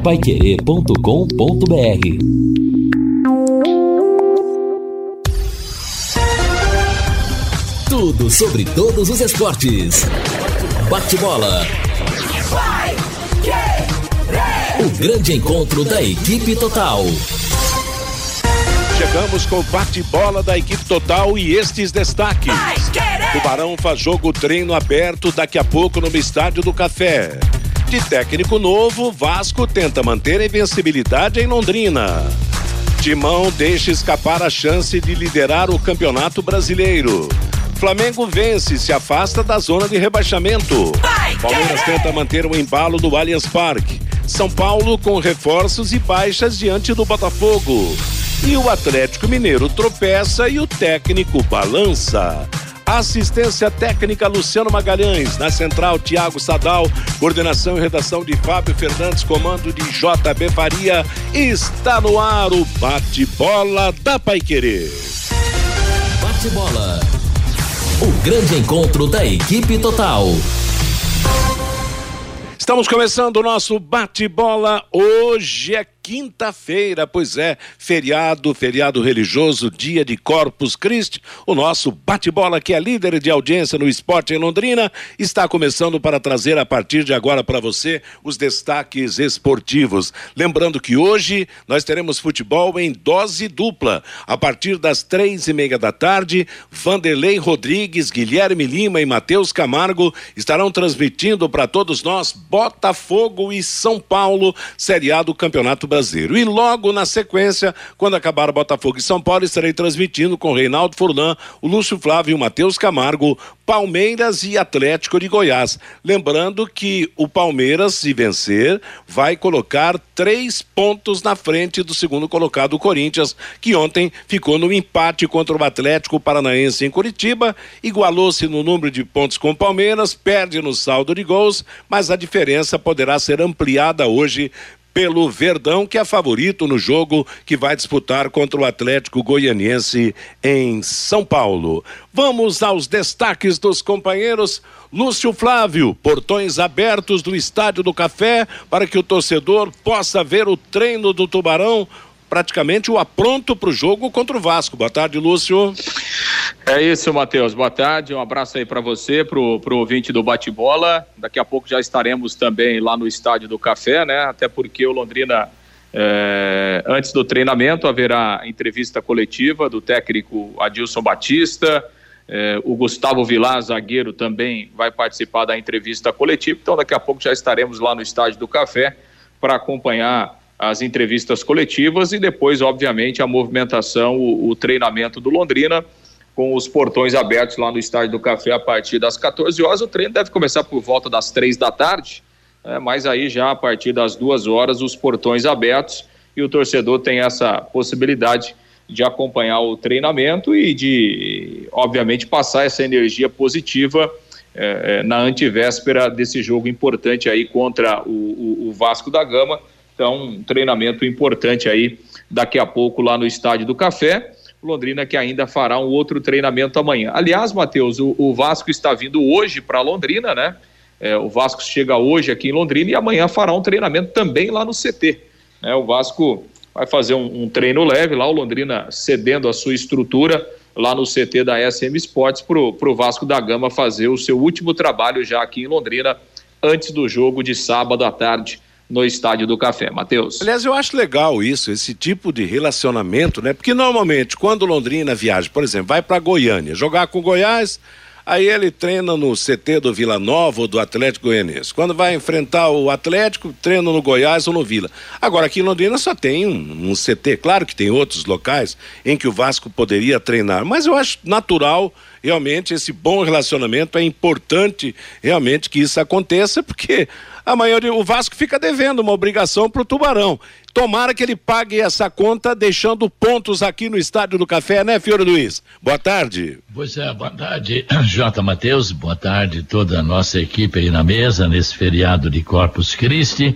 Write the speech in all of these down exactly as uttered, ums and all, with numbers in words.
paiquerê ponto com ponto br. Tudo sobre todos os esportes. Bate-bola. O grande encontro da equipe total. Chegamos com o bate-bola da equipe total e estes destaques. Tubarão faz jogo treino aberto daqui a pouco no Estádio do Café. De técnico novo, Vasco tenta manter a invencibilidade em Londrina. Timão deixa escapar a chance de liderar o Campeonato Brasileiro. Flamengo vence e se afasta da zona de rebaixamento. Palmeiras tenta manter o embalo do Allianz Parque. São Paulo com reforços e baixas diante do Botafogo. E o Atlético Mineiro tropeça e o técnico balança. Assistência técnica Luciano Magalhães, na central Thiago Sadal, coordenação e redação de Fábio Fernandes, comando de J B Faria. Está no ar o bate-bola da Paiquerê. Bate-bola. O grande encontro da equipe total. Estamos começando o nosso bate-bola. Hoje é quinta-feira, pois é, feriado, feriado religioso, dia de Corpus Christi. O nosso bate-bola, que é líder de audiência no esporte em Londrina, está começando para trazer a partir de agora para você os destaques esportivos. Lembrando que hoje nós teremos futebol em dose dupla. A partir das três e meia da tarde, Vanderlei Rodrigues, Guilherme Lima e Matheus Camargo estarão transmitindo para todos nós Botafogo e São Paulo, Série A do Campeonato Brasileiro. E logo na sequência, quando acabar Botafogo e São Paulo, estarei transmitindo com Reinaldo Furlan, o Lúcio Flávio e o Matheus Camargo, Palmeiras e Atlético de Goiás. Lembrando que o Palmeiras, se vencer, vai colocar três pontos na frente do segundo colocado, o Corinthians, que ontem ficou no empate contra o Atlético Paranaense em Curitiba, igualou-se no número de pontos com o Palmeiras, perde no saldo de gols, mas a diferença poderá ser ampliada hoje pelo Verdão, que é favorito no jogo que vai disputar contra o Atlético Goianiense em São Paulo. Vamos aos destaques dos companheiros. Lúcio Flávio, portões abertos do Estádio do Café para que o torcedor possa ver o treino do Tubarão, praticamente o apronto para o jogo contra o Vasco. Boa tarde, Lúcio. É isso, Matheus. Boa tarde, um abraço aí para você, pro, pro ouvinte do bate-bola. Daqui a pouco já estaremos também lá no Estádio do Café, né? Até porque o Londrina, é, antes do treinamento, haverá entrevista coletiva do técnico Adilson Batista. É, o Gustavo Vilar, zagueiro, também vai participar da entrevista coletiva. Então, daqui a pouco já estaremos lá no Estádio do Café para acompanhar as entrevistas coletivas e depois, obviamente, a movimentação, o, o treinamento do Londrina, com os portões abertos lá no Estádio do Café a partir das quatorze horas. O treino deve começar por volta das três da tarde, né? Mas aí já a partir das duas horas os portões abertos e o torcedor tem essa possibilidade de acompanhar o treinamento e de, obviamente, passar essa energia positiva eh, na antivéspera desse jogo importante aí contra o, o, o Vasco da Gama. Então, um treinamento importante aí daqui a pouco lá no Estádio do Café. Londrina que ainda fará um outro treinamento amanhã. Aliás, Matheus, o, o Vasco está vindo hoje para Londrina, né? É, o Vasco chega hoje aqui em Londrina e amanhã fará um treinamento também lá no C T. É, o Vasco vai fazer um, um treino leve lá, o Londrina cedendo a sua estrutura lá no C T da S M Sports para o Vasco da Gama fazer o seu último trabalho já aqui em Londrina antes do jogo de sábado à tarde no Estádio do Café. Matheus. Aliás, eu acho legal isso, esse tipo de relacionamento, né? Porque normalmente, quando o Londrina viaja, por exemplo, vai para Goiânia, jogar com o Goiás, aí ele treina no C T do Vila Nova ou do Atlético Goianiense. Quando vai enfrentar o Atlético, treina no Goiás ou no Vila. Agora, aqui em Londrina só tem um, um C T. Claro que tem outros locais em que o Vasco poderia treinar, mas eu acho natural, realmente, esse bom relacionamento. É importante, realmente, que isso aconteça, porque amanhã o Vasco fica devendo uma obrigação para o Tubarão. Tomara que ele pague essa conta deixando pontos aqui no Estádio do Café, né, Fiore Luiz? Boa tarde. Pois é, boa tarde, J. Matheus, boa tarde toda a nossa equipe aí na mesa, nesse feriado de Corpus Christi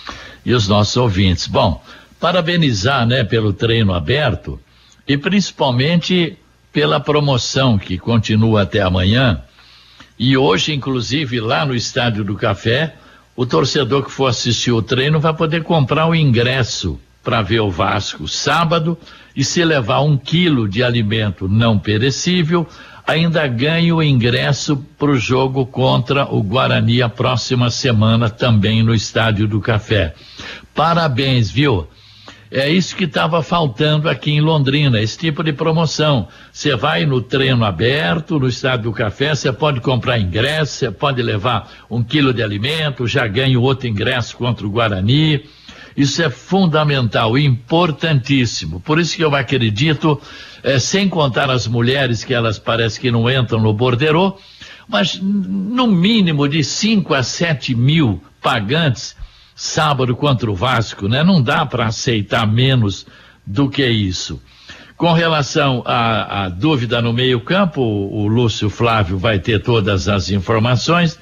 e os nossos ouvintes. Bom, parabenizar, né, pelo treino aberto e principalmente pela promoção que continua até amanhã. E hoje, inclusive, lá no Estádio do Café, o torcedor que for assistir o treino vai poder comprar o ingresso para ver o Vasco sábado, e se levar um quilo de alimento não perecível, ainda ganha o ingresso para o jogo contra o Guarani a próxima semana, também no Estádio do Café. Parabéns, viu? É isso que estava faltando aqui em Londrina, esse tipo de promoção. Você vai no treino aberto, no Estádio do Café, você pode comprar ingresso, você pode levar um quilo de alimento, já ganha outro ingresso contra o Guarani. Isso é fundamental, importantíssimo. Por isso que eu acredito, é, sem contar as mulheres, que elas parecem que não entram no borderô, mas no mínimo de cinco a sete mil pagantes sábado contra o Vasco, né? Não dá para aceitar menos do que isso. Com relação à, à dúvida no meio-campo, o, o Lúcio Flávio vai ter todas as informações.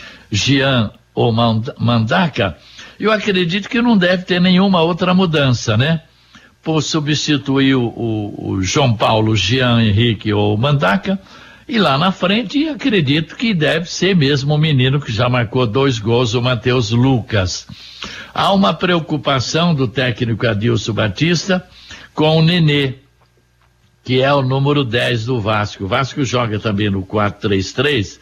Jean ou Mandaca, eu acredito que não deve ter nenhuma outra mudança, né? Por substituir o, o, o João Paulo, Jean Henrique ou Mandaca, e lá na frente acredito que deve ser mesmo o menino que já marcou dois gols, o Matheus Lucas. Há uma preocupação do técnico Adilson Batista com o Nenê, que é o número dez do Vasco. O Vasco joga também no quatro três três,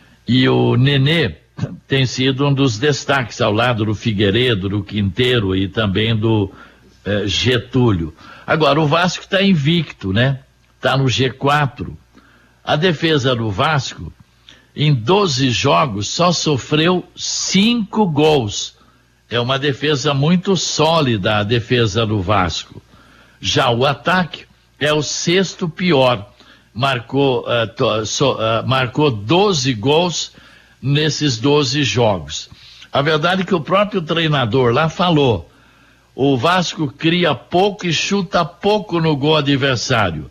e o Nenê tem sido um dos destaques ao lado do Figueiredo, do Quinteiro e também do eh, Getúlio. Agora, o Vasco está invicto, né? Está no G quatro. A defesa do Vasco, em doze jogos, só sofreu cinco gols. É uma defesa muito sólida, a defesa do Vasco. Já o ataque é o sexto pior. Marcou, uh, to, so, uh, marcou doze gols nesses doze jogos. A verdade é que o próprio treinador lá falou: o Vasco cria pouco e chuta pouco no gol adversário.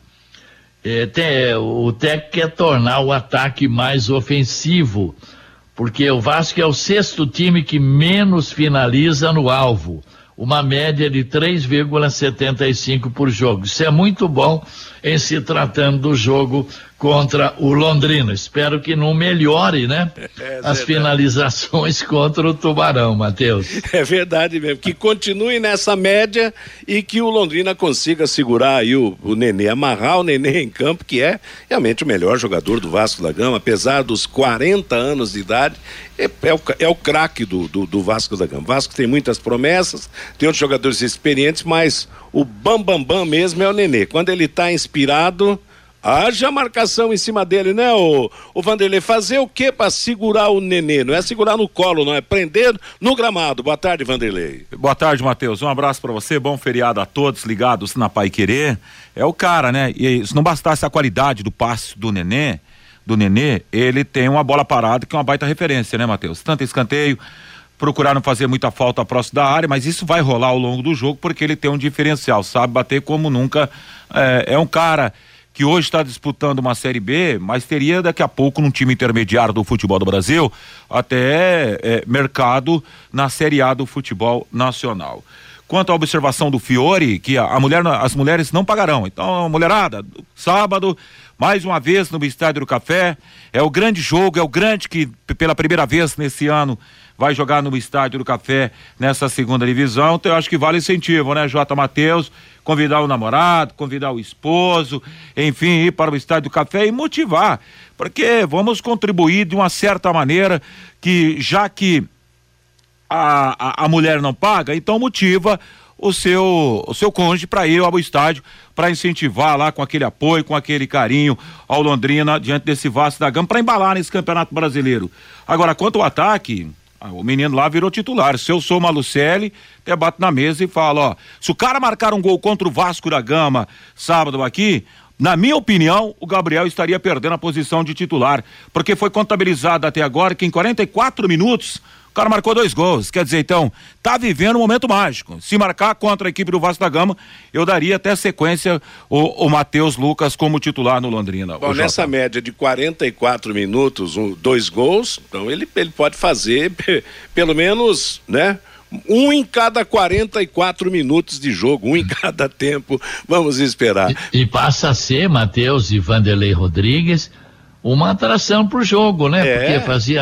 É, tem, o técnico quer tornar o ataque mais ofensivo, porque o Vasco é o sexto time que menos finaliza no alvo, uma média de três vírgula setenta e cinco por jogo. Isso é muito bom em se tratando do jogo contra o Londrina. Espero que não melhore, né? É, as finalizações contra o Tubarão, Matheus. É verdade mesmo, que continue nessa média e que o Londrina consiga segurar aí o, o Nenê, amarrar o Nenê em campo, que é realmente o melhor jogador do Vasco da Gama, apesar dos quarenta anos de idade, é, é o, é o craque do, do, do Vasco da Gama. O Vasco tem muitas promessas, tem outros jogadores experientes, mas o bambambam bam, bam mesmo é o Nenê. Quando ele está inspirado, haja marcação em cima dele, né, o, o Vanderlei? Fazer o que para segurar o Nenê? Não é segurar no colo, não, é prender no gramado. Boa tarde, Vanderlei. Boa tarde, Matheus. Um abraço para você, bom feriado a todos ligados na Pai Querer. É o cara, né? E se não bastasse a qualidade do passe do Nenê, do Nenê, ele tem uma bola parada que é uma baita referência, né, Matheus? Tanto escanteio, procurar não fazer muita falta próximo da área, mas isso vai rolar ao longo do jogo porque ele tem um diferencial, sabe bater como nunca. É, é um cara que hoje está disputando uma Série B, mas teria daqui a pouco num time intermediário do futebol do Brasil até é, mercado na Série A do futebol nacional. Quanto à observação do Fiore, que a, a mulher, as mulheres não pagarão. Então, mulherada, sábado, mais uma vez no Estádio do Café, é o grande jogo, é o grande que pela primeira vez nesse ano vai jogar no Estádio do Café nessa segunda divisão. Então eu acho que vale incentivo, né, J. Matheus? Convidar o namorado, convidar o esposo, enfim, ir para o Estádio do Café e motivar, porque vamos contribuir de uma certa maneira, que já que a, a, a mulher não paga, então motiva o seu, o seu cônjuge para ir ao estádio, para incentivar lá com aquele apoio, com aquele carinho ao Londrina diante desse Vasco da Gama, para embalar nesse Campeonato Brasileiro. Agora, quanto ao ataque, o menino lá virou titular. Se eu sou o Malucelli, até bato na mesa e falo, ó, se o cara marcar um gol contra o Vasco da Gama sábado aqui, na minha opinião, o Gabriel estaria perdendo a posição de titular, porque foi contabilizado até agora que em quarenta e quatro minutos o cara marcou dois gols. Quer dizer, então, tá vivendo um momento mágico. Se marcar contra a equipe do Vasco da Gama, eu daria até sequência o, o Matheus Lucas como titular no Londrina. Bom, nessa Jota. média de quarenta e quatro minutos, um, dois gols, então ele, ele pode fazer pelo menos, né? Um em cada quarenta e quatro minutos de jogo, um em cada tempo. Vamos esperar. E, e passa a ser, Matheus e Vanderlei Rodrigues, uma atração pro jogo, né? É. Porque fazia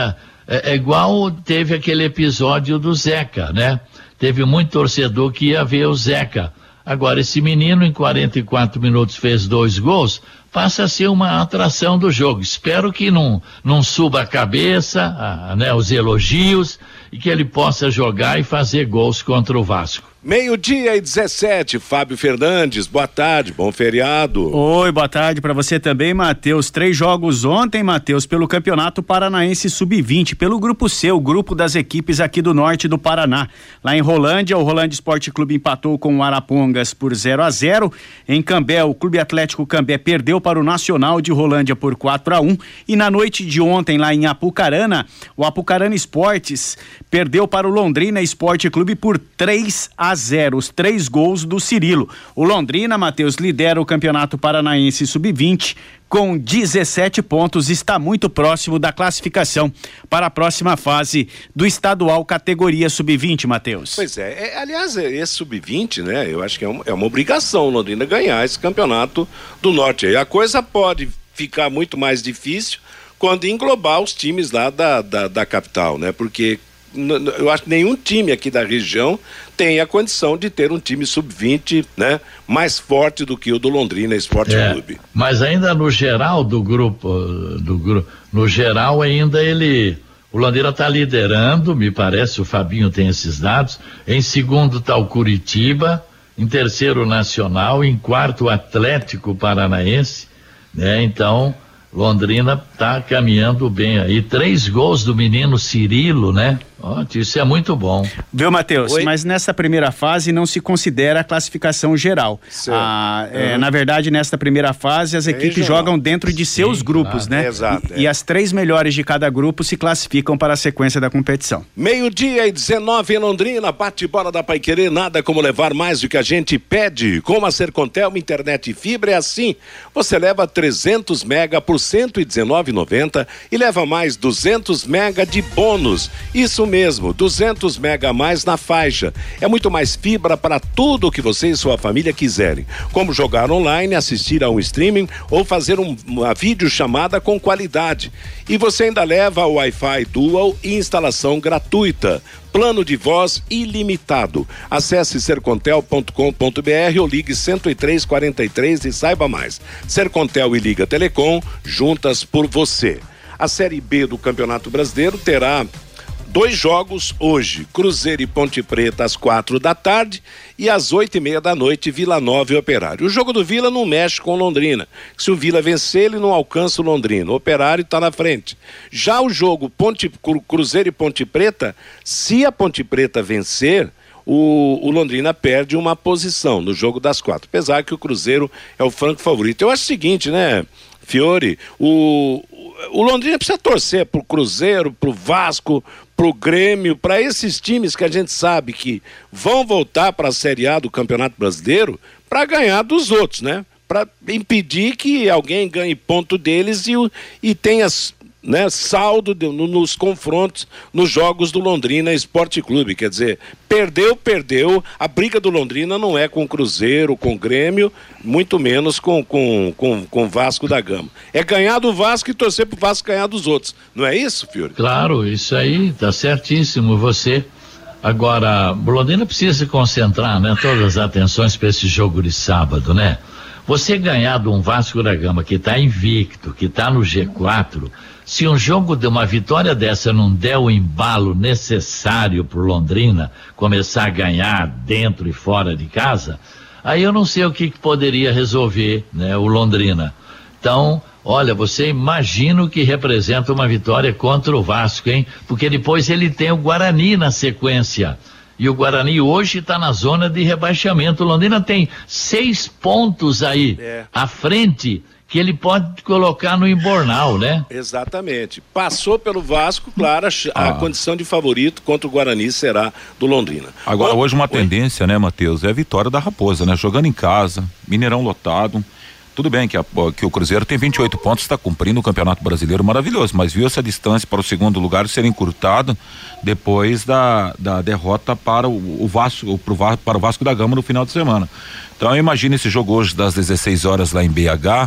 É, é igual teve aquele episódio do Zeca, né? Teve muito torcedor que ia ver o Zeca. Agora, esse menino em quarenta e quatro minutos fez dois gols, passa a ser uma atração do jogo. Espero que não, não suba a cabeça, a, né, os elogios, e que ele possa jogar e fazer gols contra o Vasco. Meio-dia e dezessete, Fábio Fernandes, boa tarde, bom feriado. Oi, boa tarde para você também, Matheus. Três jogos ontem, Matheus, pelo Campeonato Paranaense sub vinte, pelo Grupo C, o grupo das equipes aqui do norte do Paraná. Lá em Rolândia, o Rolândia Esporte Clube empatou com o Arapongas por zero a zero. Em Cambé, o Clube Atlético Cambé perdeu para o Nacional de Rolândia por quatro a um. E na noite de ontem, lá em Apucarana, o Apucarana Esportes perdeu para o Londrina Esporte Clube por três a zero, os três gols do Cirilo. O Londrina, Matheus, lidera o Campeonato Paranaense sub vinte com dezessete pontos, está muito próximo da classificação para a próxima fase do estadual categoria sub vinte, Matheus. Pois é, é aliás, esse sub vinte, né, eu acho que é, um, é uma obrigação o Londrina ganhar esse campeonato do norte. Aí a coisa pode ficar muito mais difícil quando englobar os times lá da, da, da capital, né, porque eu acho que nenhum time aqui da região tem a condição de ter um time sub vinte, né, mais forte do que o do Londrina Esporte é, Clube. Mas ainda no geral do grupo, do grupo, no geral ainda ele, o Londrina está liderando, me parece, o Fabinho tem esses dados. Em segundo está o Curitiba, em terceiro o Nacional, em quarto o Atlético Paranaense, né? Então Londrina está caminhando bem aí. Três gols do menino Cirilo, né? Ótimo, isso é muito bom. Viu, Matheus? Mas nessa primeira fase não se considera a classificação geral. Ah, é, uhum. Na verdade, nesta primeira fase, as é equipes regional. Jogam dentro de seus Sim, grupos, claro. né? Exato. E, é. e as três melhores de cada grupo se classificam para a sequência da competição. Meio-dia e dezenove em Londrina, bate-bola da Paiquerê, nada como levar mais do que a gente pede. Com a Sercontel, internet e fibra é assim. Você leva trezentos mega por cento e dezenove reais e noventa centavos e leva mais duzentos mega de bônus. Isso mesmo, duzentos mega a mais na faixa. É muito mais fibra para tudo o que você e sua família quiserem. Como jogar online, assistir a um streaming ou fazer um, uma videochamada com qualidade. E você ainda leva o Wi-Fi Dual e instalação gratuita. Plano de voz ilimitado. Acesse sercontel ponto com ponto br ou ligue cento e três, quarenta e três e saiba mais. Sercontel e Liga Telecom, juntas por você. A Série B do Campeonato Brasileiro terá dois jogos hoje, Cruzeiro e Ponte Preta às quatro da tarde e às oito e meia da noite, Vila Nova e Operário. O jogo do Vila não mexe com Londrina. Se o Vila vencer, ele não alcança o Londrina. O Operário está na frente. Já o jogo Ponte, Cruzeiro e Ponte Preta, se a Ponte Preta vencer, o, o Londrina perde uma posição no jogo das quatro, apesar que o Cruzeiro é o franco favorito. Eu acho o seguinte, né, Fiore, o, o Londrina precisa torcer pro Cruzeiro, pro Vasco, pro Grêmio, para esses times que a gente sabe que vão voltar para a Série A do Campeonato Brasileiro para ganhar dos outros, né? Para impedir que alguém ganhe ponto deles e, e tenha, né, saldo de, no, nos confrontos, nos jogos do Londrina Esporte Clube. Quer dizer, perdeu, perdeu. A briga do Londrina não é com o Cruzeiro, com o Grêmio, muito menos com com com, com Vasco da Gama. É ganhar do Vasco e torcer pro Vasco ganhar dos outros. Não é isso, Fiore? Claro, isso aí, tá certíssimo você. Agora, o Londrina precisa se concentrar, né? Todas as atenções para esse jogo de sábado, né? Você ganhar de um Vasco da Gama que está invicto, que está no G quatro, se um jogo de uma vitória dessa não der o embalo necessário para o Londrina começar a ganhar dentro e fora de casa, aí eu não sei o que, que poderia resolver, né, o Londrina. Então, olha, você imagina o que representa uma vitória contra o Vasco, hein? Porque depois ele tem o Guarani na sequência. E o Guarani hoje está na zona de rebaixamento. O Londrina tem seis pontos aí é. à frente que ele pode colocar no embornal, né? Exatamente. Passou pelo Vasco, claro, a, a condição de favorito contra o Guarani será do Londrina. Agora, Bom, hoje uma oi? tendência, né, Matheus, é a vitória da Raposa, né? Jogando em casa, Mineirão lotado. Tudo bem que, a, que o Cruzeiro tem vinte e oito pontos, está cumprindo o Campeonato Brasileiro maravilhoso, mas viu essa distância para o segundo lugar ser encurtada depois da, da derrota para o, o Vasco, pro, para o Vasco da Gama no final de semana. Então imagine esse jogo hoje das dezesseis horas lá em B H,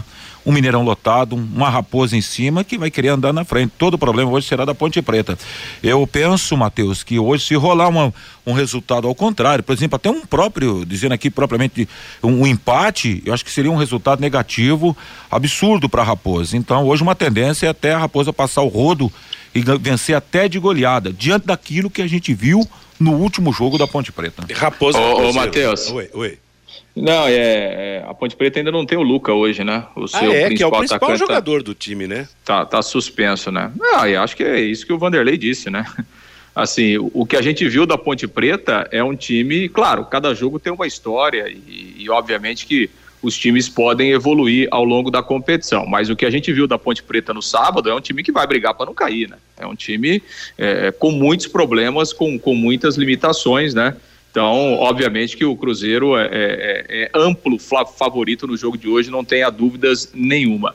um Mineirão lotado, uma Raposa em cima que vai querer andar na frente. Todo o problema hoje será da Ponte Preta. Eu penso, Matheus, que hoje se rolar uma, um resultado ao contrário, por exemplo, até um próprio, dizendo aqui propriamente um, um empate, eu acho que seria um resultado negativo absurdo para a Raposa. Então hoje uma tendência é até a Raposa passar o rodo e vencer até de goleada, diante daquilo que a gente viu no último jogo da Ponte Preta. Raposa. Ô, ô Matheus. Oi, oi. Não, é, é, a Ponte Preta ainda não tem o Luca hoje, né? O seu ah, é, principal que é o principal jogador tá, do time, né? Tá, tá suspenso, né? Ah, eu acho que é isso que o Vanderlei disse, né? Assim, o, o que a gente viu da Ponte Preta é um time, claro, cada jogo tem uma história e, e obviamente que os times podem evoluir ao longo da competição, mas o que a gente viu da Ponte Preta no sábado é um time que vai brigar para não cair, né? É um time é, com muitos problemas, com, com muitas limitações, né? Então, obviamente que o Cruzeiro é, é, é amplo favorito no jogo de hoje, não tenha dúvidas nenhuma.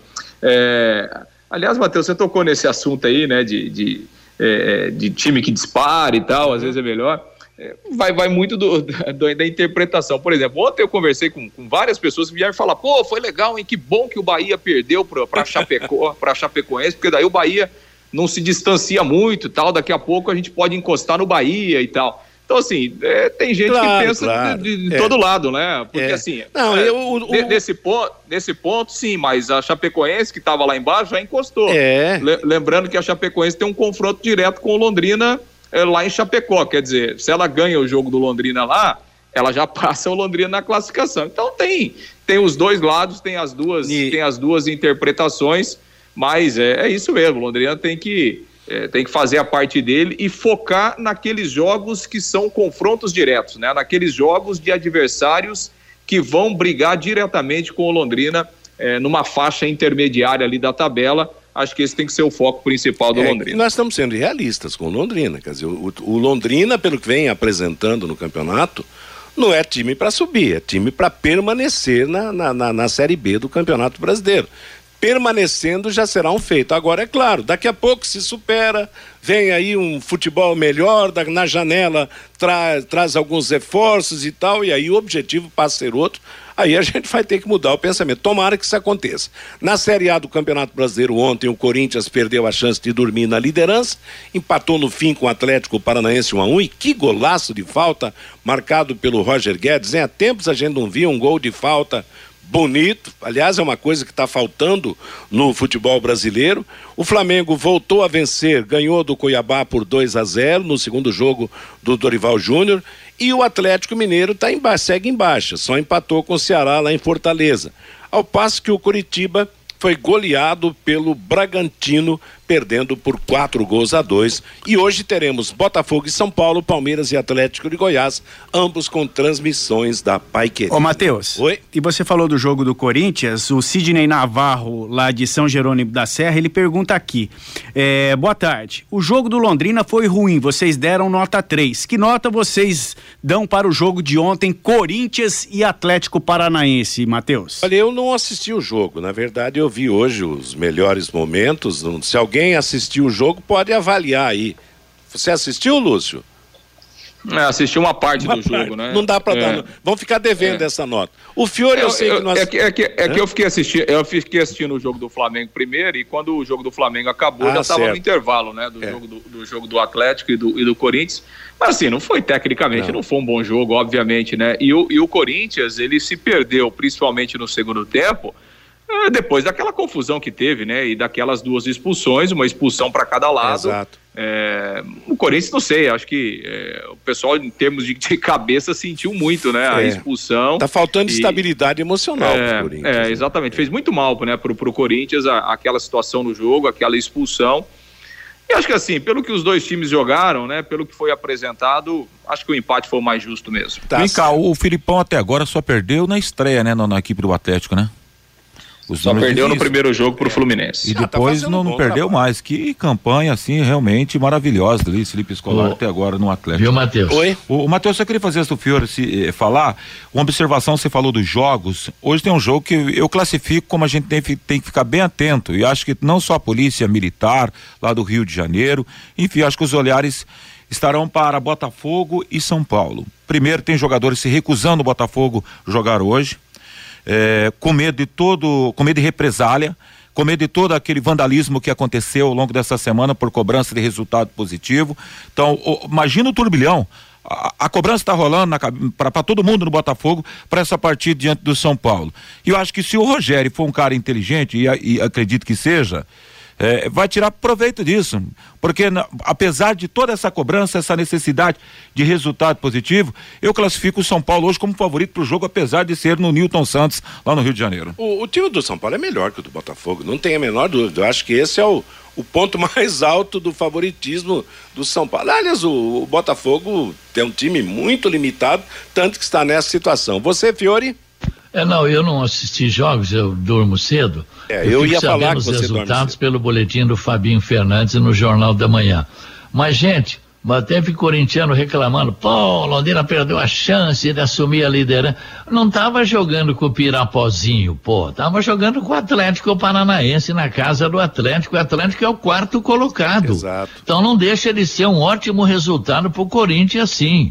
É, aliás, Matheus, você tocou nesse assunto aí, né, de, de, é, de time que dispara e tal, às vezes é melhor. É, vai, vai muito do, do, da interpretação. Por exemplo, ontem eu conversei com, com várias pessoas que vieram falar, pô, foi legal, hein, que bom que o Bahia perdeu para Chapeco, para Chapecoense, porque daí o Bahia não se distancia muito e tal, daqui a pouco a gente pode encostar no Bahia e tal. Então, assim, é, tem gente claro, que pensa claro. de, de é. todo lado, né? Porque, é. assim, não, é, eu, o, o... Nesse, ponto, nesse ponto, sim, mas a Chapecoense, que estava lá embaixo, já encostou. É. Lembrando que a Chapecoense tem um confronto direto com o Londrina é, lá em Chapecó. Quer dizer, se ela ganha o jogo do Londrina lá, ela já passa o Londrina na classificação. Então, tem, tem os dois lados, tem as duas, e... tem as duas interpretações, mas é, é isso mesmo, o Londrina tem que... É, tem que fazer a parte dele e focar naqueles jogos que são confrontos diretos, né? Naqueles jogos de adversários que vão brigar diretamente com o Londrina é, numa faixa intermediária ali da tabela. Acho que esse tem que ser o foco principal do é, Londrina. Nós estamos sendo realistas com o Londrina, quer dizer, o, o Londrina, pelo que vem apresentando no campeonato, não é time para subir, é time para permanecer na, na, na, na Série B do Campeonato Brasileiro. Permanecendo já será um feito. Agora, é claro, daqui a pouco se supera, vem aí um futebol melhor, da, na janela tra, traz alguns reforços e tal, e aí o objetivo passa a ser outro, aí a gente vai ter que mudar o pensamento. Tomara que isso aconteça. Na Série A do Campeonato Brasileiro ontem, o Corinthians perdeu a chance de dormir na liderança, empatou no fim com o Atlético Paranaense um a um, e que golaço de falta marcado pelo Roger Guedes, hein? Há tempos a gente não via um gol de falta bonito, aliás, é uma coisa que está faltando no futebol brasileiro. O Flamengo voltou a vencer, ganhou do Cuiabá por dois a zero no segundo jogo do Dorival Júnior, e o Atlético Mineiro tá em ba- segue em baixa, só empatou com o Ceará lá em Fortaleza, ao passo que o Coritiba foi goleado pelo Bragantino, perdendo por quatro gols a dois. E hoje teremos Botafogo e São Paulo, Palmeiras e Atlético de Goiás, ambos com transmissões da Paiquerê. Ô, Matheus. Oi? E você falou do jogo do Corinthians, o Sidney Navarro, lá de São Jerônimo da Serra, ele pergunta aqui, é, boa tarde, o jogo do Londrina foi ruim, vocês deram nota três, que nota vocês dão para o jogo de ontem, Corinthians e Atlético Paranaense, Matheus? Olha, eu não assisti o jogo, na verdade eu vi hoje os melhores momentos, se alguém assistiu o jogo pode avaliar aí. Você assistiu, Lúcio? É, assisti uma parte uma do parte. jogo, né? Não dá para é. dar, vamos ficar devendo é. essa nota. O Fiore eu, eu sei eu, que nós... É que, é que, é que eu, fiquei assistindo, eu fiquei assistindo o jogo do Flamengo primeiro, e quando o jogo do Flamengo acabou, ah, já estava no intervalo, né? Do, é. jogo do, do jogo do Atlético e do, e do Corinthians. Mas assim, não foi tecnicamente, não. não foi um bom jogo, obviamente, né? E o, e o Corinthians, ele se perdeu, principalmente no segundo tempo, depois daquela confusão que teve, né? E daquelas duas expulsões, uma expulsão para cada lado. Exato. É, o Corinthians, não sei, acho que é, o pessoal, em termos de, de cabeça, sentiu muito, né? A é. expulsão. Tá faltando e, estabilidade emocional é, pro Corinthians. É, exatamente. Né? Fez muito mal, né, pro, pro Corinthians a, aquela situação no jogo, aquela expulsão. E acho que assim, pelo que os dois times jogaram, né? Pelo que foi apresentado, acho que o empate foi o mais justo mesmo. Tá. Vem cá, o Filipão até agora só perdeu na estreia, né? Na, na equipe do Atlético, né? Os Só perdeu no primeiro jogo pro Fluminense. E depois ah, tá não, não bom, perdeu tá mais. Que campanha, assim, realmente maravilhosa ali, Felipe Scolari até agora no Atlético. Viu, Matheus? Oi? O, o Matheus, só queria fazer essa do Fiore se, eh, falar, uma observação, você falou dos jogos. Hoje tem um jogo que eu classifico como a gente tem, tem que ficar bem atento. E acho que não só a polícia militar lá do Rio de Janeiro, enfim, acho que os olhares estarão para Botafogo e São Paulo. Primeiro, tem jogadores se recusando o Botafogo jogar hoje. é, com medo de todo, com medo de represália, com medo de todo aquele vandalismo que aconteceu ao longo dessa semana por cobrança de resultado positivo. Então, o, imagina o turbilhão. A, a cobrança está rolando para todo mundo no Botafogo para essa partida diante do São Paulo. E eu acho que se o Rogério for um cara inteligente, e, e acredito que seja, é, vai tirar proveito disso, porque na, apesar de toda essa cobrança, essa necessidade de resultado positivo, eu classifico o São Paulo hoje como favorito para o jogo, apesar de ser no Newton Santos, lá no Rio de Janeiro. O, o time do São Paulo é melhor que o do Botafogo, não tem a menor dúvida. Eu acho que esse é o, o ponto mais alto do favoritismo do São Paulo. Aliás, o, o Botafogo tem um time muito limitado, tanto que está nessa situação. Você, Fiore? É, não, eu não assisti jogos, eu durmo cedo. É, eu, eu ia falar que os você resultados pelo boletim do Fabinho Fernandes no Jornal da Manhã. Mas, gente, teve corintiano reclamando, pô, Londrina perdeu a chance de assumir a liderança. Não tava jogando com o Pirapozinho, pô, tava jogando com o Atlético Paranaense na casa do Atlético. O Atlético é o quarto colocado. Exato. Então não deixa de ser um ótimo resultado pro Corinthians, sim.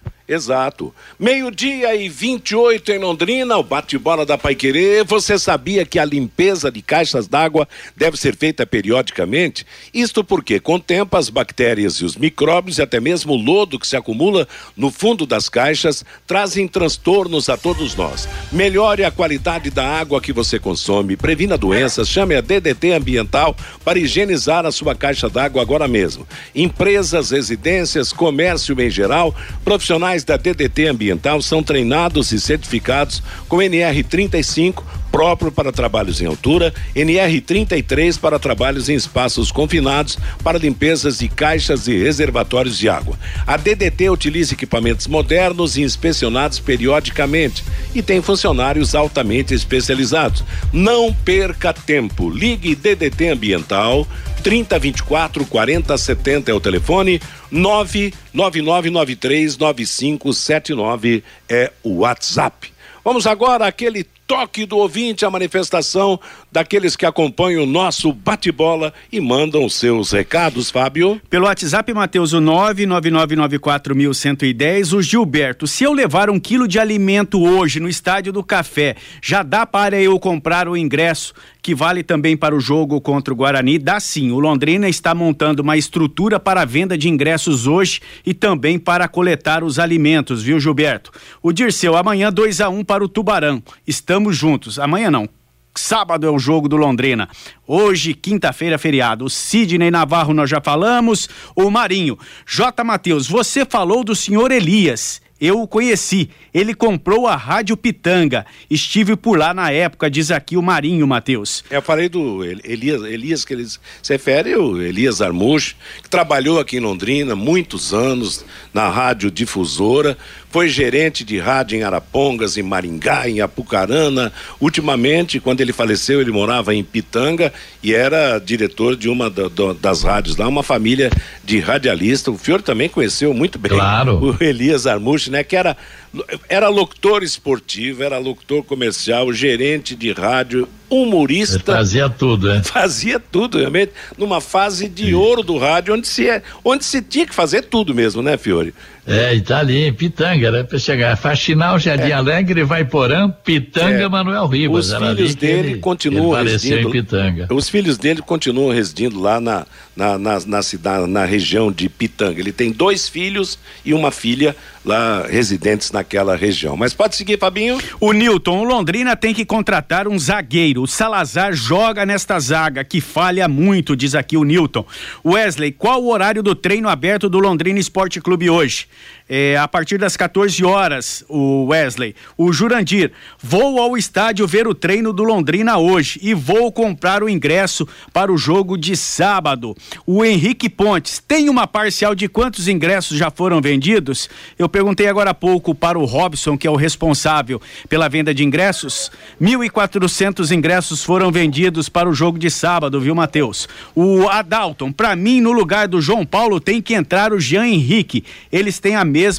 Exato. Meio-dia e vinte e oito em Londrina, o bate-bola da Paiquerê. Você sabia que a limpeza de caixas d'água deve ser feita periodicamente? Isto porque, com o tempo, as bactérias e os micróbios e até mesmo o lodo que se acumula no fundo das caixas trazem transtornos a todos nós. Melhore a qualidade da água que você consome, previna doenças, chame a D D T Ambiental para higienizar a sua caixa d'água agora mesmo. Empresas, residências, comércio em geral, profissionais da D D T Ambiental são treinados e certificados com N R trinta e cinco, próprio para trabalhos em altura, N R trinta e três para trabalhos em espaços confinados, para limpezas de caixas e reservatórios de água. A D D T utiliza equipamentos modernos e inspecionados periodicamente e tem funcionários altamente especializados. Não perca tempo, ligue D D T Ambiental, trinta, vinte e quatro, quarenta, setenta é o telefone, nove nove nove nove três nove cinco sete nove é o WhatsApp. Vamos agora àquele toque do ouvinte, a manifestação daqueles que acompanham o nosso bate-bola e mandam seus recados, Fábio. Pelo WhatsApp, Matheus, o nove nove nove nove quatro um zero um zero, o Gilberto, se eu levar um quilo de alimento hoje no Estádio do Café, já dá para eu comprar o ingresso, que vale também para o jogo contra o Guarani? Dá sim, o Londrina está montando uma estrutura para a venda de ingressos hoje e também para coletar os alimentos, viu, Gilberto? O Dirceu, amanhã dois a um para o Tubarão, estamos Estamos juntos, amanhã não, sábado é o jogo do Londrina, hoje, quinta-feira, feriado. O Sidney Navarro nós já falamos, o Marinho. J. Matheus, você falou do senhor Elias, eu o conheci, ele comprou a Rádio Pitanga, estive por lá na época, diz aqui o Marinho, Matheus. Eu falei do Elias, Elias que eles se refere, o Elias Armucho, que trabalhou aqui em Londrina muitos anos na rádio difusora, foi gerente de rádio em Arapongas, em Maringá, em Apucarana. Ultimamente, quando ele faleceu, ele morava em Pitanga e era diretor de uma da, da, das rádios lá, uma família de radialistas. O Fiore também conheceu muito bem, claro, o Elias Armucho, né? Que era, era locutor esportivo, era locutor comercial, gerente de rádio, humorista. Ele fazia tudo, né? Fazia tudo, realmente, numa fase de Sim. ouro do rádio, onde se, é, onde se tinha que fazer tudo mesmo, né, Fiore? É, e tá ali em Pitanga, né? Pra chegar, Faxinal, Jardim é. Alegre, Vaiporã, Pitanga, é. Manuel Ribas. Os filhos dele ele, continuam ele residindo. Em Pitanga. Os filhos dele continuam residindo lá na, na, na, na cidade, na região de Pitanga. Ele tem dois filhos e uma filha lá residentes naquela região. Mas pode seguir, Fabinho? O Newton, o Londrina tem que contratar um zagueiro. O Salazar joga nesta zaga, que falha muito, diz aqui o Newton. Wesley, qual o horário do treino aberto do Londrina Esporte Clube hoje? É, a partir das quatorze horas, o Wesley. O Jurandir, vou ao estádio ver o treino do Londrina hoje e vou comprar o ingresso para o jogo de sábado. O Henrique Pontes, tem uma parcial de quantos ingressos já foram vendidos? Eu perguntei agora há pouco para o Robson, que é o responsável pela venda de ingressos. mil e quatrocentos ingressos foram vendidos para o jogo de sábado, viu, Matheus? O Adalton, para mim, no lugar do João Paulo tem que entrar o Jean Henrique. Eles têm a mesma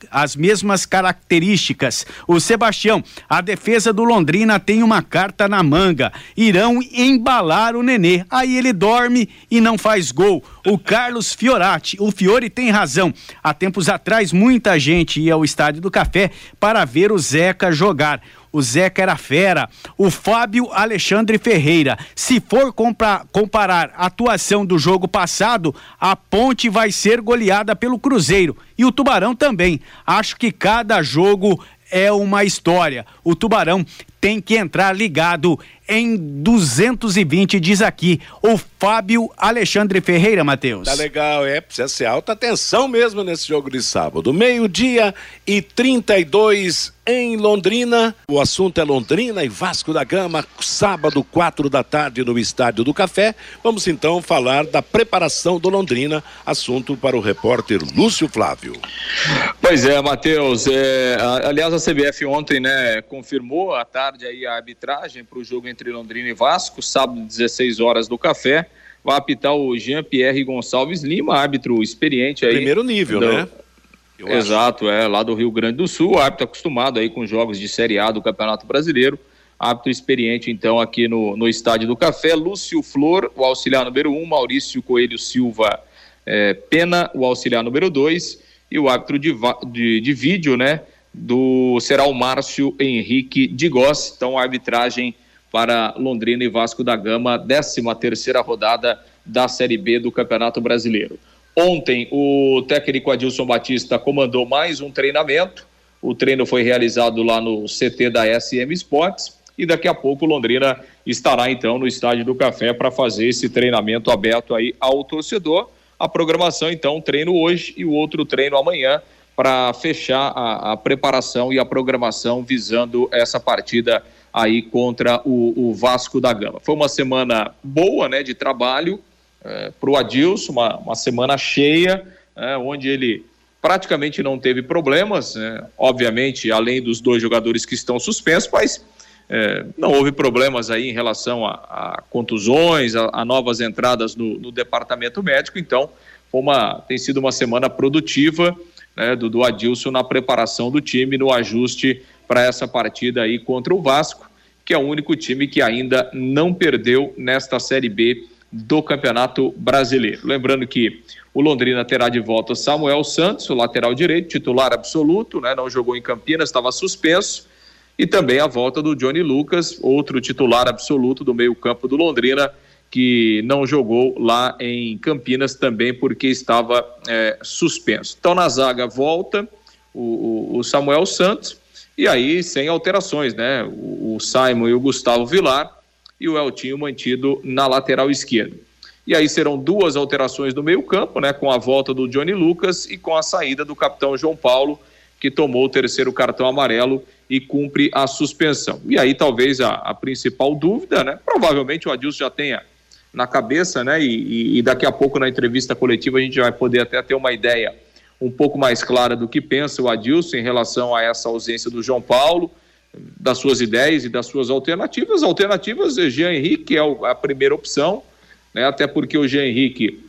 as mesmas características. O Sebastião, a defesa do Londrina tem uma carta na manga, irão embalar o Nenê, aí ele dorme e não faz gol. O Carlos Fiorati, o Fiore tem razão, há tempos atrás muita gente ia ao Estádio do Café para ver o Zeca jogar. O Zeca era fera. O Fábio Alexandre Ferreira, se for compra, comparar a atuação do jogo passado, a Ponte vai ser goleada pelo Cruzeiro e o Tubarão também. Acho que cada jogo é uma história. O Tubarão tem que entrar ligado em duzentos e vinte, diz aqui o Fábio Alexandre Ferreira, Matheus. Tá legal, é, precisa ser alta tensão mesmo nesse jogo de sábado. Meio-dia e trinta e dois em Londrina. O assunto é Londrina e Vasco da Gama, sábado, quatro da tarde no Estádio do Café. Vamos então falar da preparação do Londrina, assunto para o repórter Lúcio Flávio. Pois é, Matheus, é, aliás a C B F ontem, né, confirmou à tarde aí a arbitragem para o jogo entre Londrina e Vasco, sábado, dezesseis horas do Café. Vai apitar o Jean-Pierre Gonçalves Lima, árbitro experiente aí. Primeiro nível, do... né? Eu Exato, acho. é, lá do Rio Grande do Sul, árbitro acostumado aí com jogos de Série A do Campeonato Brasileiro, árbitro experiente então aqui no, no Estádio do Café. Lúcio Flor, o auxiliar número um, Maurício Coelho Silva é, Pena, o auxiliar número dois, e o árbitro de, de, de vídeo, né, do, será o Márcio Henrique Digos. Então a arbitragem para Londrina e Vasco da Gama, décima terceira rodada da Série B do Campeonato Brasileiro. Ontem, o técnico Adilson Batista comandou mais um treinamento. O treino foi realizado lá no C T da S M Sports e daqui a pouco o Londrina estará então no Estádio do Café para fazer esse treinamento aberto aí ao torcedor. A programação então, treino hoje e o outro treino amanhã para fechar a, a preparação e a programação visando essa partida aí contra o, o Vasco da Gama. Foi uma semana boa, né, de trabalho é, para o Adilson, uma, uma semana cheia, é, onde ele praticamente não teve problemas, né, obviamente, além dos dois jogadores que estão suspensos, mas é, não houve problemas aí em relação a, a contusões, a, a novas entradas no, no departamento médico. Então, foi uma, tem sido uma semana produtiva, né, do, do Adilson na preparação do time, no ajuste para essa partida aí contra o Vasco, que é o único time que ainda não perdeu nesta Série B do Campeonato Brasileiro. Lembrando que o Londrina terá de volta Samuel Santos, o lateral direito, titular absoluto, né? Não jogou em Campinas, estava suspenso, e também a volta do Johnny Lucas, outro titular absoluto do meio-campo do Londrina, que não jogou lá em Campinas também porque estava é, suspenso. Então na zaga volta o, o, o Samuel Santos, e aí sem alterações, né? O, o Simon e o Gustavo Vilar e o Eltinho mantido na lateral esquerda. E aí serão duas alterações no meio campo, né? Com a volta do Johnny Lucas e com a saída do capitão João Paulo, que tomou o terceiro cartão amarelo e cumpre a suspensão. E aí talvez a, a principal dúvida, né? Provavelmente o Adilson já tenha na cabeça, né? E, e, e daqui a pouco na entrevista coletiva a gente vai poder até ter uma ideia um pouco mais clara do que pensa o Adilson em relação a essa ausência do João Paulo, das suas ideias e das suas alternativas. Alternativas, Jean Henrique é a primeira opção, né? Até porque o Jean Henrique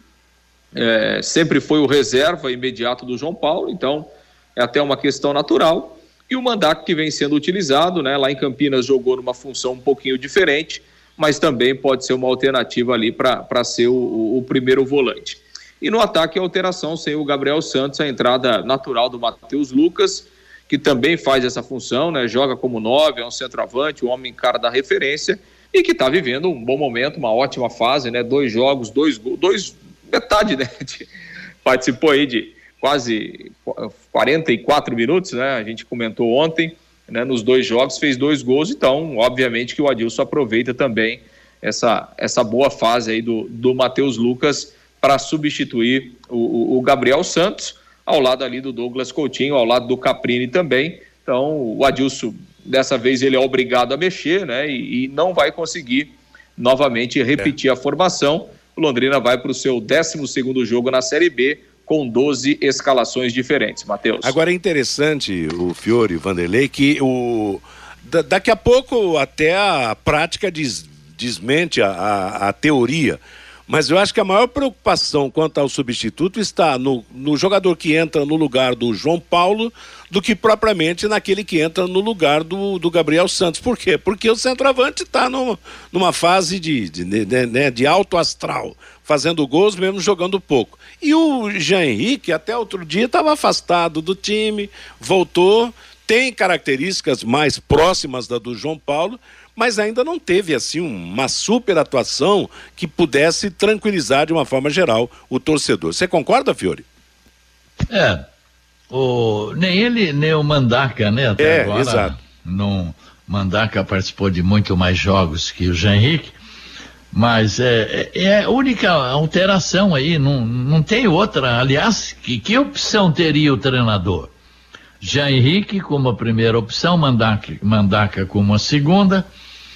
é, sempre foi o reserva imediato do João Paulo, então é até uma questão natural. E o Mandaco, que vem sendo utilizado, né? Lá em Campinas jogou numa função um pouquinho diferente, mas também pode ser uma alternativa ali para ser o, o primeiro volante. E no ataque a alteração sem o Gabriel Santos, a entrada natural do Matheus Lucas, que também faz essa função, né? Joga como nove, é um centroavante, um homem cara da referência e que está vivendo um bom momento, uma ótima fase, né? Dois jogos, dois gols, dois, metade, né? De, participou aí de quase quarenta e quatro minutos, né? A gente comentou ontem, né? Nos dois jogos fez dois gols, então obviamente que o Adilson aproveita também essa, essa boa fase aí do, do Matheus Lucas para substituir o, o Gabriel Santos, ao lado ali do Douglas Coutinho, ao lado do Caprini também. Então o Adilson, dessa vez ele é obrigado a mexer, né? E, e não vai conseguir novamente repetir é. a formação. O Londrina vai para o seu décimo segundo jogo na Série B, com doze escalações diferentes, Matheus. Agora é interessante, o Fiore, o Vanderlei, que o, da, daqui a pouco até a prática des, desmente a, a, a teoria. Mas eu acho que a maior preocupação quanto ao substituto está no, no jogador que entra no lugar do João Paulo do que propriamente naquele que entra no lugar do, do Gabriel Santos. Por quê? Porque o centroavante está numa fase de, de, de, de, de alto astral, fazendo gols mesmo jogando pouco. E o Jean Henrique até outro dia estava afastado do time, voltou, tem características mais próximas da do João Paulo, mas ainda não teve assim uma super atuação que pudesse tranquilizar de uma forma geral o torcedor. Você concorda, Fiore? É, o, nem ele, nem o Mandaca, né? Até é, agora, exato. Não, Mandaca participou de muito mais jogos que o Jean Henrique, mas é, é, é a única alteração aí, não, não tem outra. Aliás, que, que opção teria o treinador? Jean Henrique como a primeira opção, Mandaca, Mandaca como a segunda,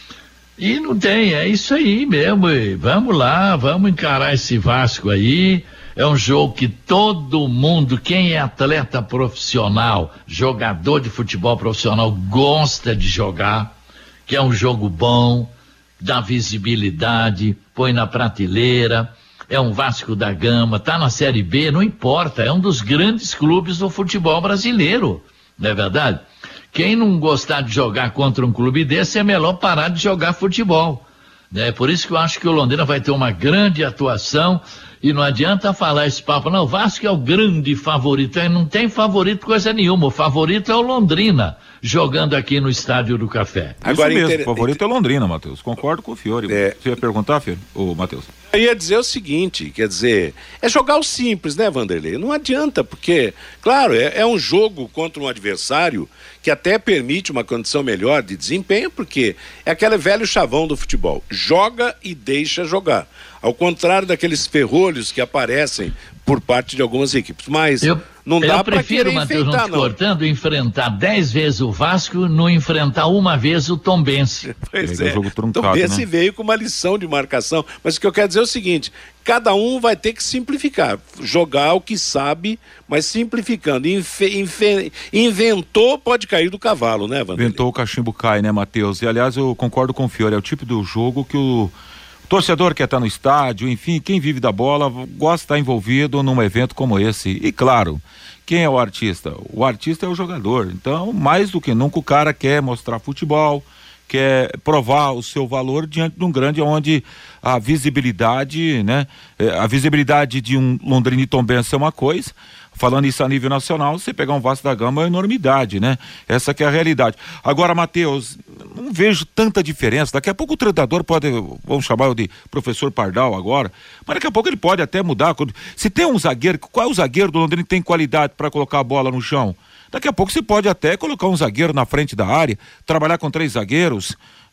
e não tem, é isso aí mesmo, e vamos lá, vamos encarar esse Vasco aí. É um jogo que todo mundo, quem é atleta profissional, jogador de futebol profissional, gosta de jogar, que é um jogo bom, dá visibilidade, põe na prateleira. É um Vasco da Gama, tá na Série B, não importa, é um dos grandes clubes do futebol brasileiro, não é verdade? Quem não gostar de jogar contra um clube desse é melhor parar de jogar futebol, né? Por isso que eu acho que o Londrina vai ter uma grande atuação e não adianta falar esse papo, não, o Vasco é o grande favorito, não tem favorito coisa nenhuma, o favorito é o Londrina, jogando aqui no Estádio do Café. Agora, isso mesmo, inter... o favorito é o Londrina, Matheus, concordo com o Fiore. É... Você ia perguntar, Fiore? Ô, Matheus? Eu ia dizer o seguinte, quer dizer, é jogar o simples, né, Vanderlei? Não adianta, porque, claro, é, é um jogo contra um adversário que até permite uma condição melhor de desempenho, porque é aquele velho chavão do futebol, joga e deixa jogar. Ao contrário daqueles ferrolhos que aparecem por parte de algumas equipes. Mas eu, não dá para querer enfeitar, não. Eu prefiro, Matheus, não te cortando, enfrentar dez vezes o Vasco, não enfrentar uma vez o Tombense. Pois é, é. O Tombense, né, veio com uma lição de marcação. Mas o que eu quero dizer é o seguinte, cada um vai ter que simplificar, jogar o que sabe, mas simplificando. Infe, infe, inventou, pode cair do cavalo, né, Vanderlei? Inventou, o cachimbo cai, né, Matheus? E aliás, eu concordo com o Fiore, é o tipo do jogo que o torcedor quer estar no estádio, enfim, quem vive da bola gosta de estar envolvido num evento como esse. E claro, quem é o artista? O artista é o jogador. Então, mais do que nunca, o cara quer mostrar futebol, quer provar o seu valor diante de um grande onde a visibilidade, né? A visibilidade de um Londrina e Tombense é uma coisa. Falando isso a nível nacional, você pegar um Vasco da Gama é uma enormidade, né? Essa que é a realidade. Agora, Matheus, não vejo tanta diferença. Daqui a pouco o treinador pode, vamos chamar de professor Pardal agora, mas daqui a pouco ele pode até mudar. Se tem um zagueiro, qual é o zagueiro do Londrina que tem qualidade para colocar a bola no chão? Daqui a pouco você pode até colocar um zagueiro na frente da área, trabalhar com três zagueiros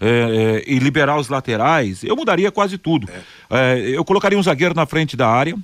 é, é, e liberar os laterais. Eu mudaria quase tudo. É, eu colocaria um zagueiro na frente da área,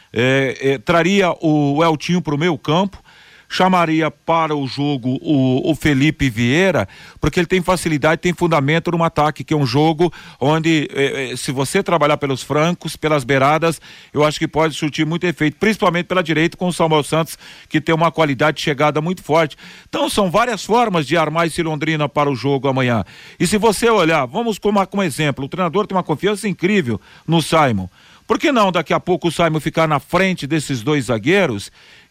É, é, traria o Eltinho para o meio campo, chamaria para o jogo o, o Felipe Vieira, porque ele tem facilidade, tem fundamento no ataque, que é um jogo onde é, é, se você trabalhar pelos flancos, pelas beiradas, eu acho que pode surtir muito efeito, principalmente pela direita com o Samuel Santos, que tem uma qualidade de chegada muito forte. Então são várias formas de armar esse Londrina para o jogo amanhã. E se você olhar, vamos como, como exemplo, o treinador tem uma confiança incrível no Simon. Por que não daqui a pouco o Simon ficar na frente desses dois zagueiros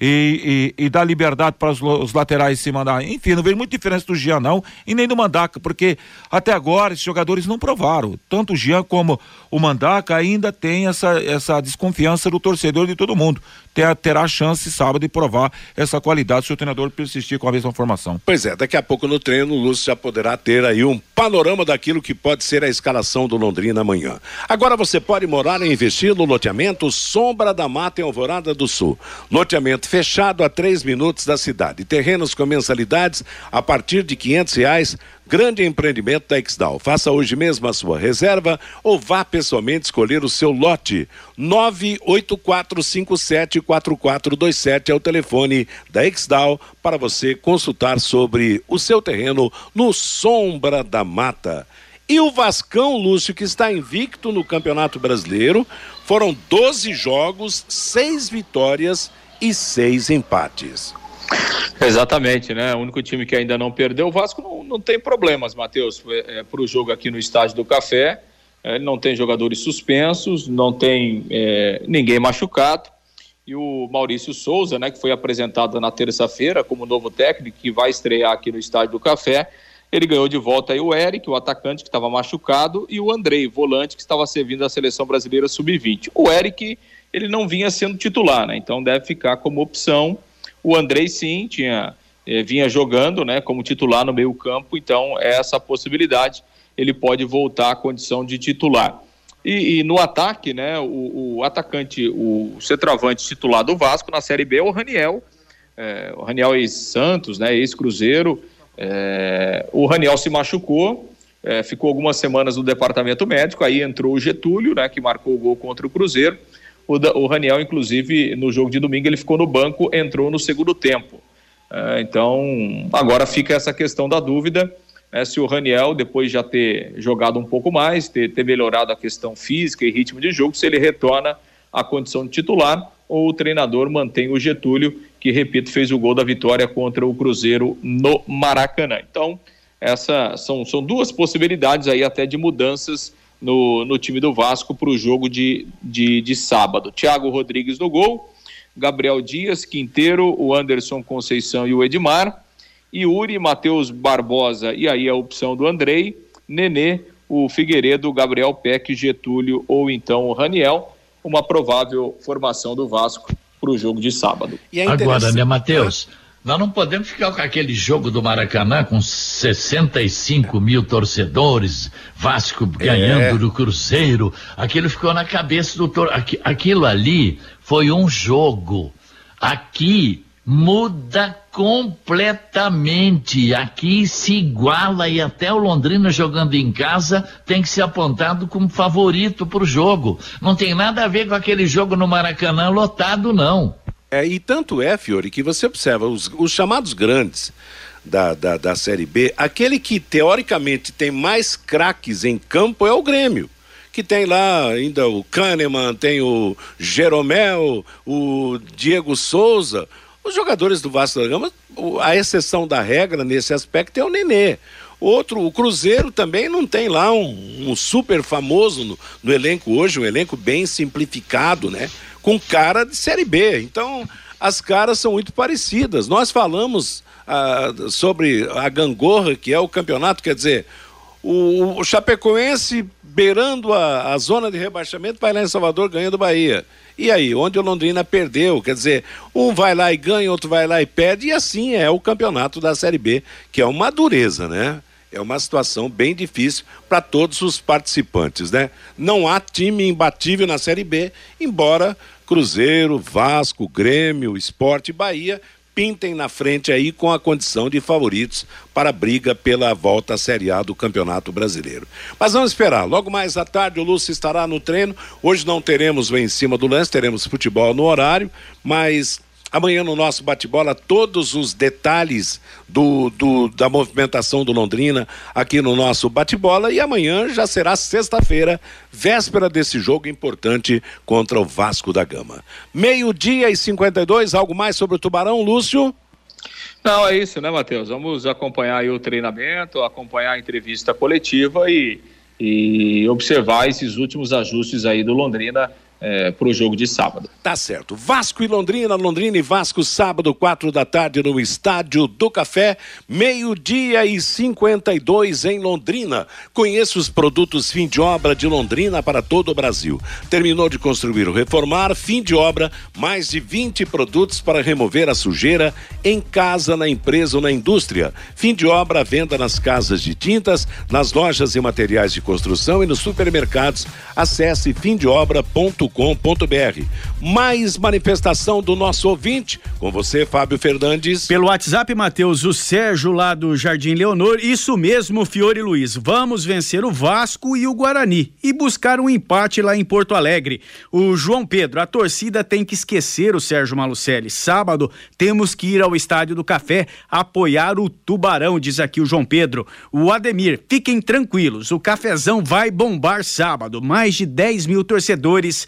e, e, e dar liberdade para os, os laterais se mandar? Enfim, não vejo muita diferença do Jean não e nem do Mandaca, porque até agora esses jogadores não provaram. Tanto o Jean como o Mandaca ainda tem essa, essa desconfiança do torcedor de todo mundo. Ter, terá a chance sábado de provar essa qualidade se o treinador persistir com a mesma formação. Pois é, daqui a pouco no treino o Lúcio já poderá ter aí um panorama daquilo que pode ser a escalação do Londrina amanhã. Agora você pode morar e investir no loteamento Sombra da Mata em Alvorada do Sul. Loteamento fechado a três minutos da cidade. Terrenos com mensalidades a partir de quinhentos reais. Grande empreendimento da Exdal. Faça hoje mesmo a sua reserva ou vá pessoalmente escolher o seu lote. nove oito quatro cinco sete quatro quatro dois sete é o telefone da Exdal para você consultar sobre o seu terreno no Sombra da Mata. E o Vascão, Lúcio, que está invicto no Campeonato Brasileiro, foram doze jogos, seis vitórias e seis empates. Exatamente, né? O único time que ainda não perdeu, o Vasco não, não tem problemas, Matheus, é, é, para o jogo aqui no Estádio do Café. Ele não tem jogadores suspensos, não tem é, ninguém machucado. E o Maurício Souza, né, que foi apresentado na terça-feira como novo técnico, que vai estrear aqui no Estádio do Café, ele ganhou de volta aí o Eric, o atacante que estava machucado, e o Andrei, volante, que estava servindo a seleção brasileira sub vinte. O Eric, ele não vinha sendo titular, né, então deve ficar como opção. O Andrei, sim, tinha, eh, vinha jogando, né, como titular no meio campo, então é essa a possibilidade, ele pode voltar à condição de titular. E, e no ataque, né, o, o atacante, o centroavante titular do Vasco na Série B é o Raniel, é, o Raniel ex-Santos, né, ex-Cruzeiro. É, o Raniel se machucou, é, ficou algumas semanas no departamento médico, aí entrou o Getúlio, né, que marcou o gol contra o Cruzeiro. O, o Raniel, inclusive, no jogo de domingo, ele ficou no banco, entrou no segundo tempo. É, então, agora fica essa questão da dúvida, né, se o Raniel, depois de já ter jogado um pouco mais, ter, ter melhorado a questão física e ritmo de jogo, se ele retorna à condição de titular, ou o treinador mantém o Getúlio, que, repito, fez o gol da vitória contra o Cruzeiro no Maracanã. Então, essas são, são duas possibilidades aí até de mudanças no, no time do Vasco para o jogo de, de, de sábado. Thiago Rodrigues no gol, Gabriel Dias, Quinteiro, o Anderson Conceição e o Edmar, Yuri, Matheus Barbosa, e aí a opção do Andrei, Nenê, o Figueiredo, Gabriel Peck, Getúlio ou então o Raniel, uma provável formação do Vasco para o jogo de sábado. E é agora, né, Matheus? Nós não podemos ficar com aquele jogo do Maracanã com sessenta e cinco mil torcedores, Vasco ganhando é. do Cruzeiro. Aquilo ficou na cabeça do tor... Aquilo ali foi um jogo. Aqui muda completamente. Aqui se iguala e até o Londrina jogando em casa tem que ser apontado como favorito para o jogo. Não tem nada a ver com aquele jogo no Maracanã lotado, não. É, e tanto é, Fiore, que você observa os, os chamados grandes da, da, da Série B, aquele que teoricamente tem mais craques em campo é o Grêmio, que tem lá ainda o Kahneman, tem o Jeromel, o Diego Souza. Os jogadores do Vasco da Gama, a exceção da regra nesse aspecto é o Nenê. Outro, o Cruzeiro também não tem lá um, um super famoso no, no elenco hoje, um elenco bem simplificado, né? Com cara de Série B. Então, as caras são muito parecidas. Nós falamos ah, sobre a gangorra que é o campeonato, quer dizer, o, o Chapecoense beirando a, a zona de rebaixamento vai lá em Salvador ganhando o Bahia. E aí, onde o Londrina perdeu, quer dizer, um vai lá e ganha, outro vai lá e perde, e assim é o campeonato da Série B, que é uma dureza, né? É uma situação bem difícil para todos os participantes, né? Não há time imbatível na Série B, embora Cruzeiro, Vasco, Grêmio, Sport e Bahia pintem na frente aí com a condição de favoritos para a briga pela volta à Série A do Campeonato Brasileiro. Mas vamos esperar, logo mais à tarde o Lúcio estará no treino. Hoje não teremos o Em Cima do Lance, teremos futebol no horário, mas amanhã no nosso bate-bola todos os detalhes do, do, da movimentação do Londrina aqui no nosso bate-bola, e amanhã já será sexta-feira, véspera desse jogo importante contra o Vasco da Gama. Meio-dia e cinquenta e dois, algo mais sobre o Tubarão, Lúcio? Não, é isso, né, Matheus? Vamos acompanhar aí o treinamento, acompanhar a entrevista coletiva e, e observar esses últimos ajustes aí do Londrina É, para o jogo de sábado. Tá certo. Vasco e Londrina, Londrina e Vasco, sábado, quatro da tarde, no Estádio do Café, meio-dia e cinquenta e dois em Londrina. Conheça os produtos fim de obra de Londrina para todo o Brasil. Terminou de construir ou reformar, fim de obra, mais de vinte produtos para remover a sujeira em casa, na empresa ou na indústria. Fim de obra, venda nas casas de tintas, nas lojas e materiais de construção e nos supermercados. Acesse fim de obra ponto com ponto br. Mais manifestação do nosso ouvinte, com você, Fábio Fernandes. Pelo WhatsApp, Matheus, o Sérgio lá do Jardim Leonor, isso mesmo, Fiore Luiz, vamos vencer o Vasco e o Guarani e buscar um empate lá em Porto Alegre. O João Pedro, a torcida tem que esquecer o Sérgio Malucelli, sábado temos que ir ao Estádio do Café apoiar o Tubarão, diz aqui o João Pedro. O Ademir, fiquem tranquilos, o Cafezão vai bombar sábado, mais de dez mil torcedores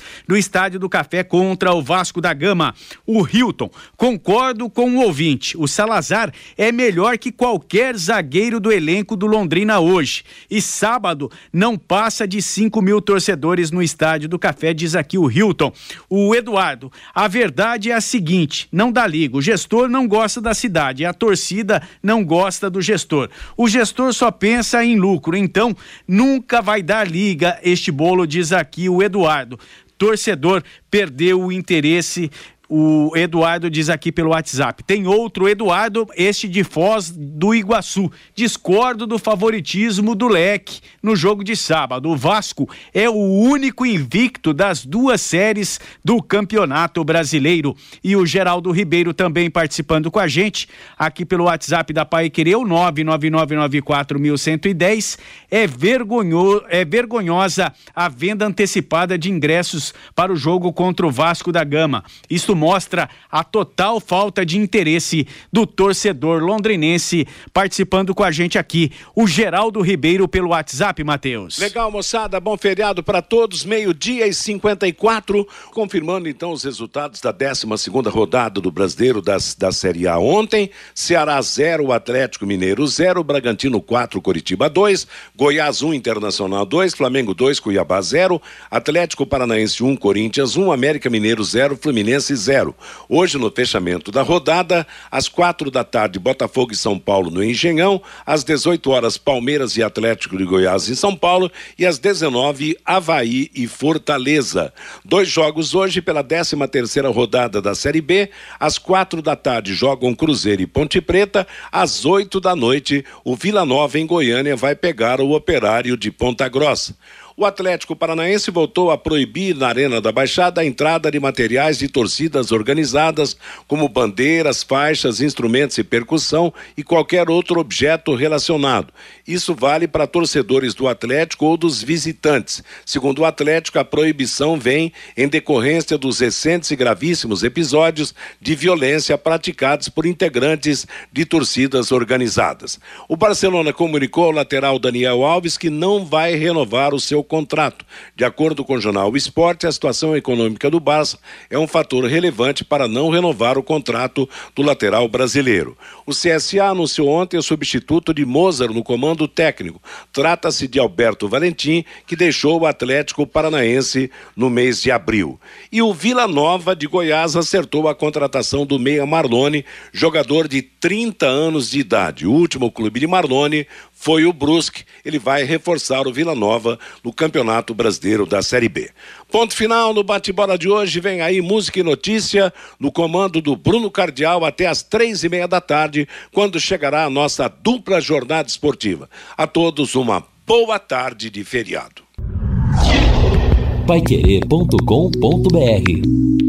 no Estádio do Café contra o Vasco da Gama. O Hilton, concordo com o ouvinte, o Salazar é melhor que qualquer zagueiro do elenco do Londrina hoje. E sábado não passa de cinco mil torcedores no Estádio do Café, diz aqui o Hilton. O Eduardo, a verdade é a seguinte, não dá liga, o gestor não gosta da cidade, a torcida não gosta do gestor. O gestor só pensa em lucro, então nunca vai dar liga este bolo, diz aqui o Eduardo. Torcedor perdeu o interesse. O Eduardo diz aqui pelo WhatsApp. Tem outro Eduardo, este de Foz do Iguaçu. Discordo do favoritismo do Leque no jogo de sábado. O Vasco é o único invicto das duas séries do Campeonato Brasileiro. E o Geraldo Ribeiro também participando com a gente aqui pelo WhatsApp da Paiquerê, o nove nove nove nove quatro um um zero. É, vergonho, é vergonhosa a venda antecipada de ingressos para o jogo contra o Vasco da Gama. Isto mostra a total falta de interesse do torcedor londrinense participando com a gente aqui. O Geraldo Ribeiro pelo WhatsApp, Matheus. Legal, moçada, bom feriado para todos, meio-dia e cinquenta e quatro, confirmando então os resultados da décima segunda rodada do Brasileiro das, da Série A ontem. Ceará zero, Atlético Mineiro zero, Bragantino quatro, Coritiba dois, Goiás um, Internacional dois, Flamengo dois, Cuiabá zero, Atlético Paranaense um, Corinthians um, América Mineiro zero, Fluminense zero. Hoje, no fechamento da rodada, às quatro da tarde, Botafogo e São Paulo no Engenhão, às dezoito horas, Palmeiras e Atlético de Goiás em São Paulo, e às dezenove, Avaí e Fortaleza. Dois jogos hoje pela décima terceira rodada da Série B. Às quatro da tarde jogam Cruzeiro e Ponte Preta. Às oito da noite, o Vila Nova em Goiânia vai pegar o Operário de Ponta Grossa. O Atlético Paranaense voltou a proibir na Arena da Baixada a entrada de materiais de torcidas organizadas, como bandeiras, faixas, instrumentos e percussão e qualquer outro objeto relacionado. Isso vale para torcedores do Atlético ou dos visitantes. Segundo o Atlético, a proibição vem em decorrência dos recentes e gravíssimos episódios de violência praticados por integrantes de torcidas organizadas. O Barcelona comunicou ao lateral Daniel Alves que não vai renovar o seu contrato. De acordo com o jornal O Esporte, a situação econômica do Barça é um fator relevante para não renovar o contrato do lateral brasileiro. O C S A anunciou ontem o substituto de Mozart no comando técnico. Trata-se de Alberto Valentim, que deixou o Atlético Paranaense no mês de abril. E o Vila Nova de Goiás acertou a contratação do meia Marlone, jogador de trinta anos de idade. O último clube de Marlone foi o Brusque. Ele vai reforçar o Vila Nova no Campeonato Brasileiro da Série B. Ponto final no bate-bola de hoje. Vem aí música e notícia no comando do Bruno Cardial até as três e meia da tarde, quando chegará a nossa dupla jornada esportiva. A todos uma boa tarde de feriado. paiquerê ponto com ponto br